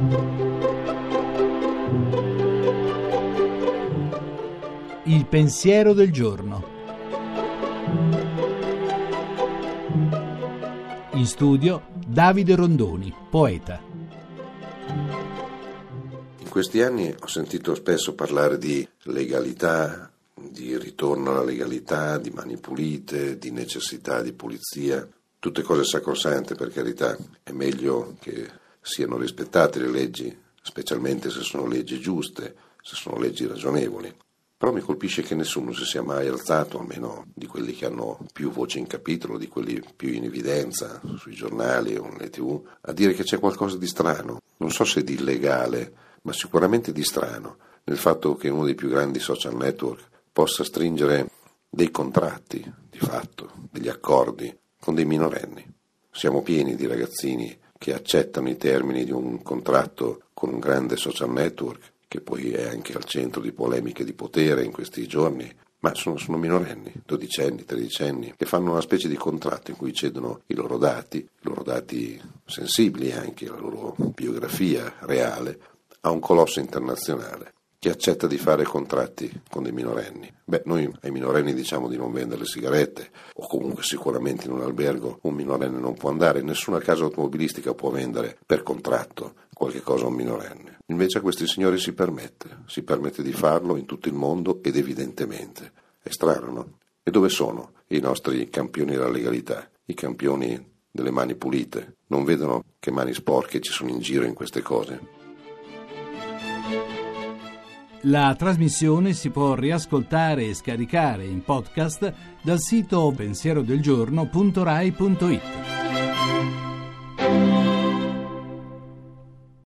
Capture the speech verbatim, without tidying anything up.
Il pensiero del giorno. In studio Davide Rondoni, poeta. In questi anni ho sentito spesso parlare di legalità, di ritorno alla legalità, di mani pulite, di necessità di pulizia. Tutte cose sacrosante, per carità. È meglio che siano rispettate le leggi, specialmente se sono leggi giuste, se sono leggi ragionevoli. Però mi colpisce che nessuno si sia mai alzato, almeno di quelli che hanno più voce in capitolo, di quelli più in evidenza sui giornali o nelle tivù, a dire che c'è qualcosa di strano, non so se di illegale, ma sicuramente di strano, nel fatto che uno dei più grandi social network possa stringere dei contratti, di fatto, degli accordi, con dei minorenni. Siamo pieni di ragazzini che accettano i termini di un contratto con un grande social network, che poi è anche al centro di polemiche di potere in questi giorni, ma sono, sono minorenni, dodicenni, tredicenni, che fanno una specie di contratto in cui cedono i loro dati, i loro dati sensibili anche, la loro biografia reale, a un colosso internazionale che accetta di fare contratti con dei minorenni. Beh, noi ai minorenni diciamo di non vendere le sigarette, o comunque sicuramente in un albergo un minorenne non può andare, nessuna casa automobilistica può vendere per contratto qualche cosa a un minorenne. Invece a questi signori si permette, si permette di farlo in tutto il mondo ed evidentemente. È strano, no? E dove sono i nostri campioni della legalità, i campioni delle mani pulite? Non vedono che mani sporche ci sono in giro in queste cose? La trasmissione si può riascoltare e scaricare in podcast dal sito pensierodelgiorno punto rai punto it.